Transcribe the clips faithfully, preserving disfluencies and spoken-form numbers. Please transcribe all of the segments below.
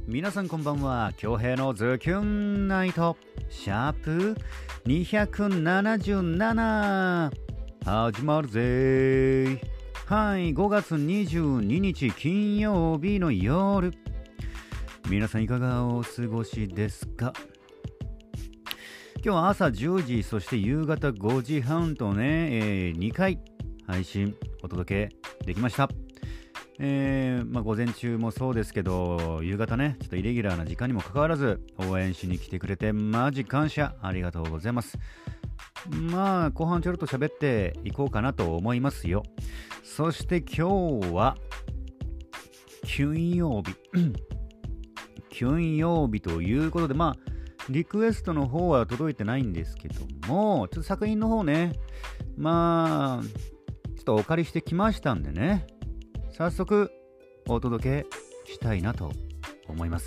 皆さんこんばんは。恭平のズキュンナイトシャープにひゃくななじゅうなな始まるぜ。はい、ごがつにじゅうににち金曜日の夜、皆さんいかがお過ごしですか？今日は朝じゅうじ、そして夕方ごじはんとね、えー、にかい配信お届けできました。えーまあ、午前中もそうですけど、夕方ね、ちょっとイレギュラーな時間にもかかわらず応援しに来てくれてマジ感謝、ありがとうございます。まあ後半ちょろっと喋っていこうかなと思いますよ。そして今日は金曜日金曜日ということで、まあリクエストの方は届いてないんですけども、ちょっと作品の方ね、まあちょっとお借りしてきましたんでね、早速お届けしたいなと思います。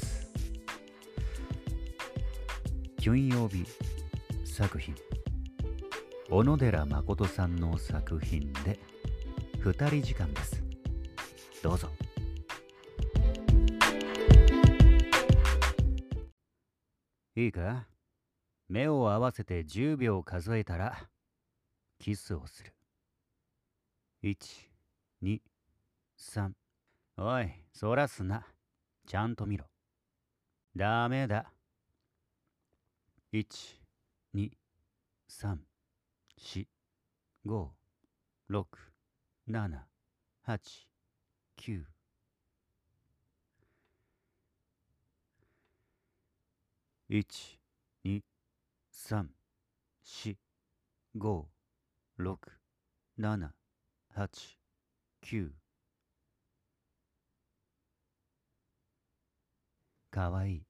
金曜日作品、小野寺誠さんの作品でふたりじかんです。どうぞ。いいか？目を合わせてじゅうびょう数えたらキスをする。いち、に、さん。おい、そらすな。ちゃんと見ろ。ダメだ。いち、に、さん、し、ご、ろく、なな、はち、きゅう。いち、に、さん、し、ご、ろく、なな、はち、きゅう。かわい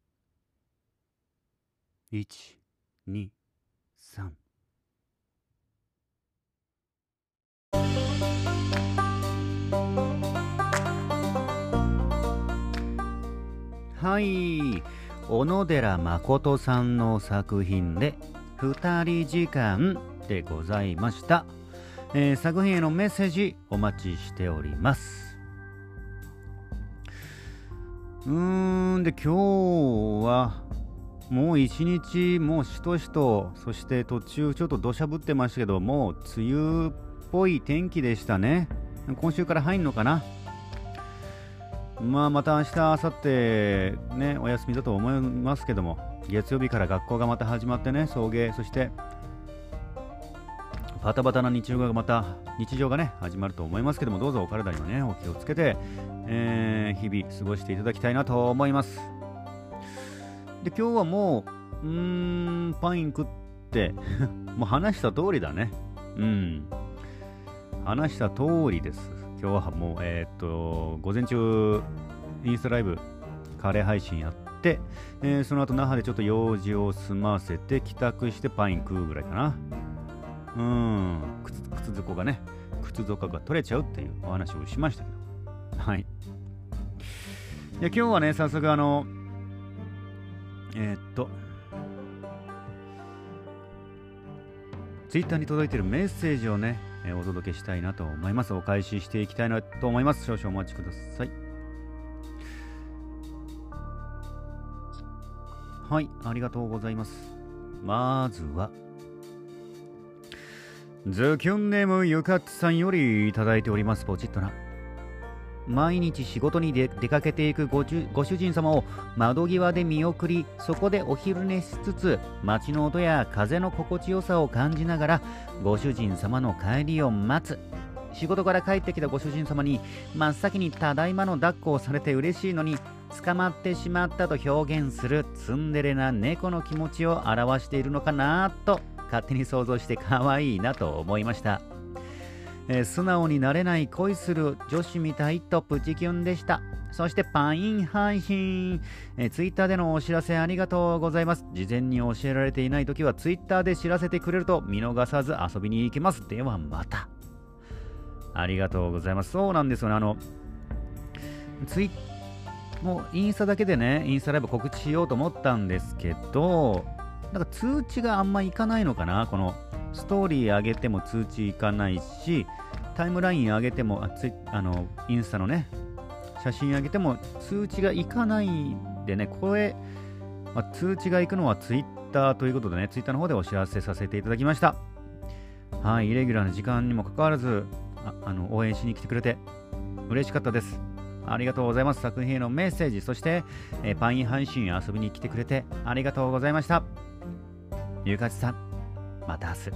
い。いち、に、さん。はい、小野寺誠さんの作品でふたりじかんでございました。えー、作品へのメッセージお待ちしております。うーんで、今日はもう一日もうしとしと、そして途中ちょっと土砂降ってましたけど、もう梅雨っぽい天気でしたね。今週から入んのかな。まあまた明日、明後日ね、お休みだと思いますけども、月曜日から学校がまた始まってね、送迎、そしてバタバタな日常がまた日常がね始まると思いますけども、どうぞお体にはねお気をつけて、えー、日々過ごしていただきたいなと思います。で、今日はもううーんパイン食ってもう話した通りだね。うん話した通りです。今日はもうえー、っと午前中インスタライブカレー配信やって、えー、その後那覇でちょっと用事を済ませて帰宅してパイン食うぐらいかな。うん 靴, 靴底がね靴底が取れちゃうっていうお話をしましたけど、はい。いや、今日はね早速あのえー、っとツイッターに届いているメッセージをね、えー、お届けしたいなと思います。お返ししていきたいなと思います。少々お待ちください。はい、ありがとうございます。まずはズキュンネームゆかつさんよりいただいております。ポチッとな。毎日仕事に出かけていく ご, ご主人様を窓際で見送り、そこでお昼寝しつつ街の音や風の心地よさを感じながらご主人様の帰りを待つ。仕事から帰ってきたご主人様に真っ先にただいまの抱っこをされて嬉しいのに捕まってしまったと表現するツンデレな猫の気持ちを表しているのかなと勝手に想像して可愛いなと思いました。えー、素直になれない恋する女子みたいとプチキュンでした。そしてパイン配信、えー、ツイッターでのお知らせありがとうございます。事前に教えられていないときはツイッターで知らせてくれると見逃さず遊びに行きます。ではまた。ありがとうございます。そうなんですよね。あのツイもうインスタだけでねインスタライブ告知しようと思ったんですけど、なんか通知があんまいかないのかな。このストーリー上げても通知いかないし、タイムライン上げてもあつあのインスタのね写真上げても通知がいかないんでね、これ、まあ、通知がいくのは Twitter ということでね、Twitter の方でお知らせさせていただきました。はい、イレギュラーな時間にもかかわらず、ああの応援しに来てくれて嬉しかったです。ありがとうございます。作品へのメッセージ、そして、えー、パイン配信遊びに来てくれてありがとうございました。ゆかちさん、また明日。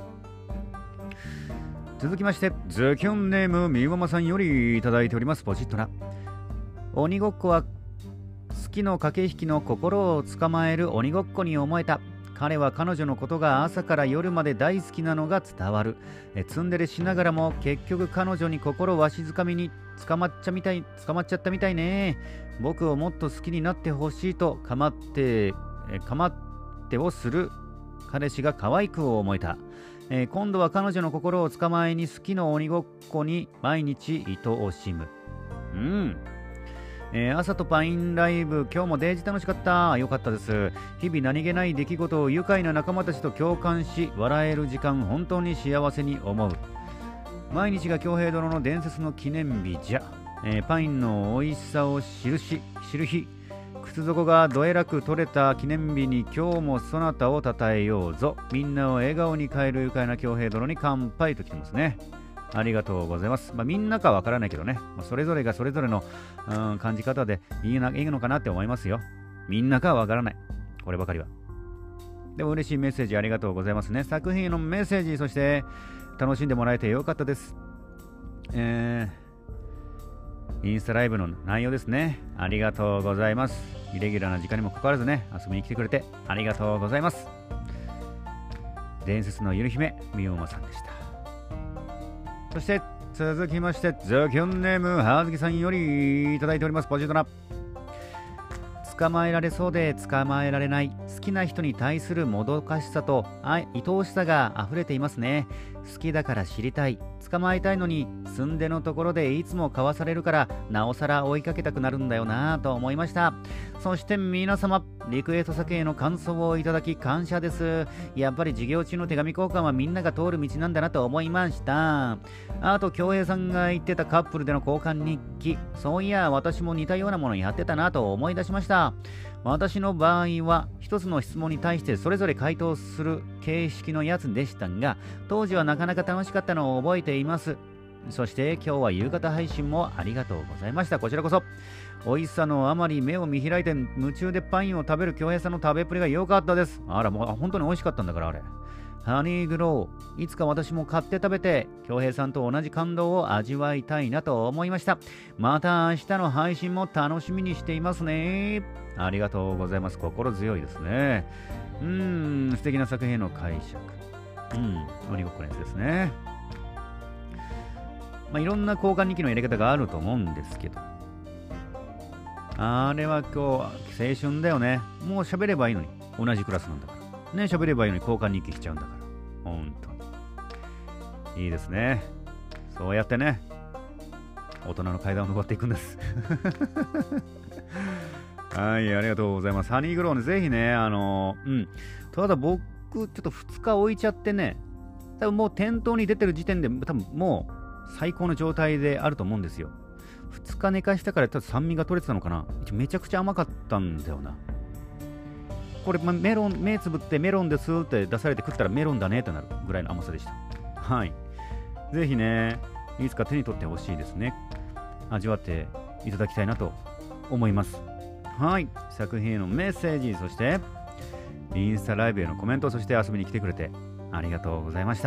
続きまして、ズキュンネームみわまさんよりいただいております。ポチッとな。鬼ごっこは好きの駆け引きの心を捕まえる鬼ごっこに思えた。彼は彼女のことが朝から夜まで大好きなのが伝わる。えツンデレしながらも結局彼女に心わしづかみに捕まっちゃみたい捕まっちゃったみたいね。僕をもっと好きになってほしいとかまってえかまってをする彼氏が可愛く思えた。えー、今度は彼女の心を捕まえに好きの鬼ごっこに毎日愛おしむ。うん。えー、朝とパインライブ、今日もデージ楽しかった。よかったです。日々何気ない出来事を愉快な仲間たちと共感し、笑える時間、本当に幸せに思う。毎日が恭平殿の伝説の記念日じゃ。えー、パインの美味しさを知るし、知る日。靴底がどえらく取れた記念日に今日もそなたをたたえようぞ。みんなを笑顔に変える愉快な恭平殿に乾杯と来てますね。ありがとうございます。まあ、みんなかわからないけどね、まあ、それぞれがそれぞれの、うん、感じ方でいいな、いいのかなって思いますよ。みんなかわからない。こればかりは。でも嬉しいメッセージありがとうございますね。作品へのメッセージ、そして楽しんでもらえてよかったです。えー、インスタライブの内容ですね。ありがとうございます。イレギュラーな時間にもかかわらずね、遊びに来てくれてありがとうございます。伝説のゆる姫、みおまさんでした。そして続きまして、ズキュンネームはずきさんよりいただいております。ポジトラ。捕まえられそうで捕まえられない好きな人に対するもどかしさと愛おしさが溢れていますね。好きだから知りたい、捕まえたいのに住んでのところでいつもかわされるからなおさら追いかけたくなるんだよなぁと思いました。そして皆様、リクエスト作への感想をいただき感謝です。やっぱり授業中の手紙交換はみんなが通る道なんだなと思いました。あと京平さんが言ってたカップルでの交換日記、そういや私も似たようなものやってたなと思い出しました。私の場合は一つの質問に対してそれぞれ回答する形式のやつでしたが、当時はなかなか楽しかったのを覚えています。そして今日は夕方配信もありがとうございました。こちらこそ。美味しさのあまり目を見開いて夢中でパインを食べる京平さんの食べっぷりが良かったです。あら、もう本当に美味しかったんだからあれ。ハニーグロー、いつか私も買って食べて京平さんと同じ感動を味わいたいなと思いました。また明日の配信も楽しみにしていますね。ありがとうございます。心強いですね。うーん、素敵な作品の解釈。うん、鬼ごっこのやつですね。まあ、いろんな交換日記のやり方があると思うんですけど、あれは今日青春だよね。もう喋ればいいのに、同じクラスなんだから。ね、喋ればいいのに交換日記しちゃうんだから。ほんとに。いいですね。そうやってね、大人の階段を登っていくんです。はい、ありがとうございます。ハニーグローね、ぜひね、あのー、うん。ただ僕、ちょっとふつか置いちゃってね、多分もう店頭に出てる時点で、多分もう最高の状態であると思うんですよ。ふつか寝かしたから多分酸味が取れてたのかな。めちゃくちゃ甘かったんだよな。これ、ま、メロン、目つぶってメロンですって出されて食ったらメロンだねってなるぐらいの甘さでした。はい。ぜひね、いつか手に取ってほしいですね。味わっていただきたいなと思います。はい。作品へのメッセージ、そしてインスタライブへのコメント、そして遊びに来てくれてありがとうございました。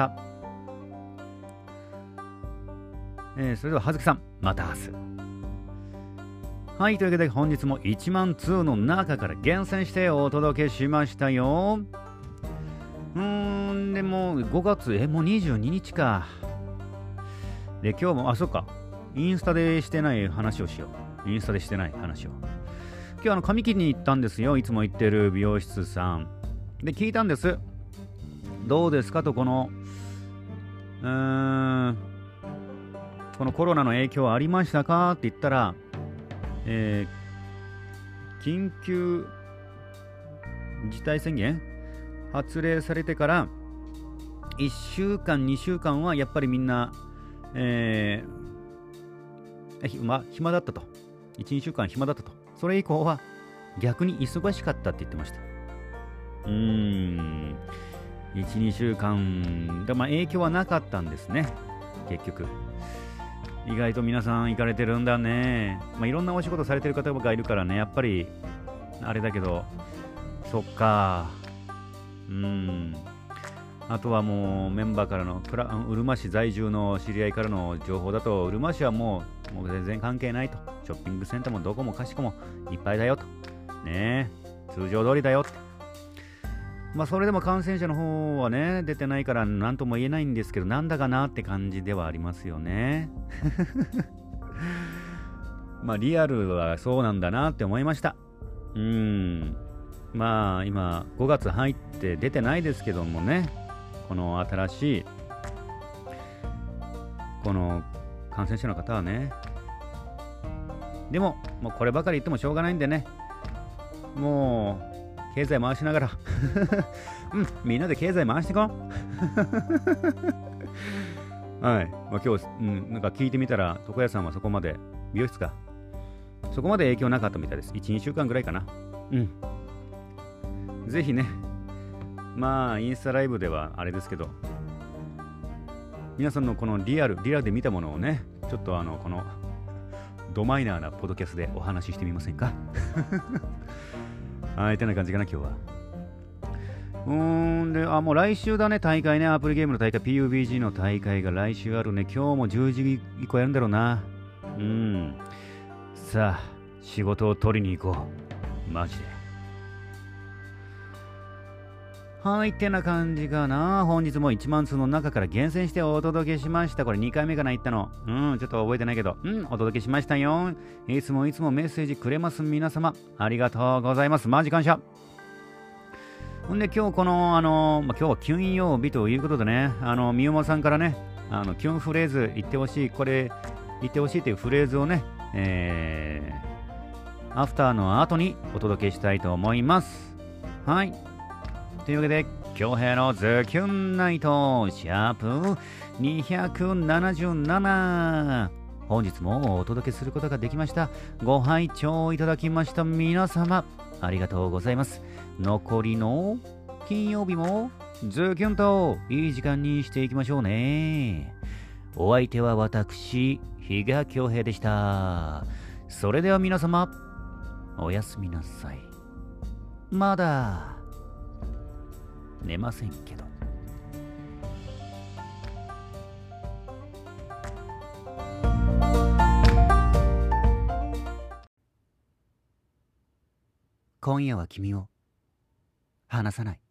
えー、それでは葉月さん、また明日。はい、というわけで本日もいちまん通の中から厳選してお届けしましたよ。うーん、でもごがつ、え、もうにじゅうににちか。で、今日も、あ、そっか。インスタでしてない話をしよう。インスタでしてない話を。今日あの髪切りに行ったんですよ。いつも行ってる美容室さん。で、聞いたんです。どうですかと、この、うーん、このコロナの影響ありましたかって言ったら、えー、緊急事態宣言発令されてからいっしゅうかん、にしゅうかんはやっぱりみんな、えーま、暇だったと。 いち、にしゅうかん暇だったと。それ以降は逆に忙しかったって言ってました。うーん。いち、にしゅうかん、でまあ影響はなかったんですね。結局。意外と皆さん行かれてるんだね。まあいろんなお仕事されてる方がいるからね、やっぱり、あれだけど、そっか。うーん。あとはもうメンバーからのプラうるま市在住の知り合いからの情報だと、うるま市はもう、もう全然関係ないと。ショッピングセンターもどこもかしこもいっぱいだよと。ねえ、通常通りだよって。まあそれでも感染者の方はね、出てないから何とも言えないんですけど、なんだかなって感じではありますよね。まあリアルはそうなんだなって思いました。うーん。まあ今ごがつ入って出てないですけどもね。この新しいこの感染者の方はね、でももうこればかり言ってもしょうがないんでね、もう経済回しながらうんみんなで経済回していこうはい、まあ、今日、うん、なんか聞いてみたら床屋さんはそこまで美容室かそこまで影響なかったみたいです。いち、にしゅうかんぐらいかな。うんぜひね、まあインスタライブではあれですけど、皆さんのこのリアルリアルで見たものをね、ちょっとあのこのドマイナーなポッドキャストでお話ししてみませんかはい、てな感じかな今日は。うーんで、あもう来週だね、大会ね、アプリゲームの大会 ピーユービージー の大会が来週あるね。今日もじゅうじ以降やるんだろうな。うんさあ仕事を取りに行こうマジで。はい、てな感じかな。本日もいちまん通の中から厳選してお届けしました。これにかいめかな、言ったの。うん、ちょっと覚えてないけど。うん、お届けしましたよ。いつもいつもメッセージくれます皆様。ありがとうございます。マジ感謝。ほんで今日この、あの、まあ、今日は金曜日ということでね、あの、みゆもさんからね、あの、キュンフレーズ言ってほしい、これ、言ってほしいというフレーズをね、えー、アフターの後にお届けしたいと思います。はい。というわけで、恭平のズキュンナイトシャープにひゃくななじゅうなな。本日もお届けすることができました。ご拝聴いただきました皆様、ありがとうございます。残りの金曜日もズキュンといい時間にしていきましょうね。お相手は私、比嘉恭平でした。それでは皆様、おやすみなさい。まだ寝ませんけど。今夜は君を離さない。